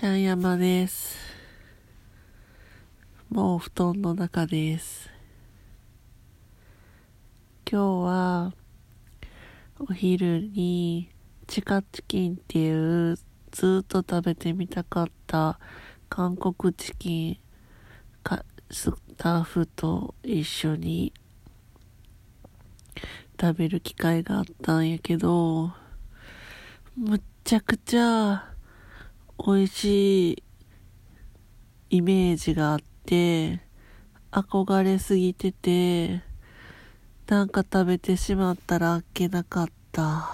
ちゃん山です。もう布団の中です。今日はお昼にチカチキンっていうずっと食べてみたかった韓国チキンスタッフと一緒に食べる機会があったんやけど、むっちゃくちゃ美味しいイメージがあって憧れすぎてて、なんか食べてしまったらあっけなかった。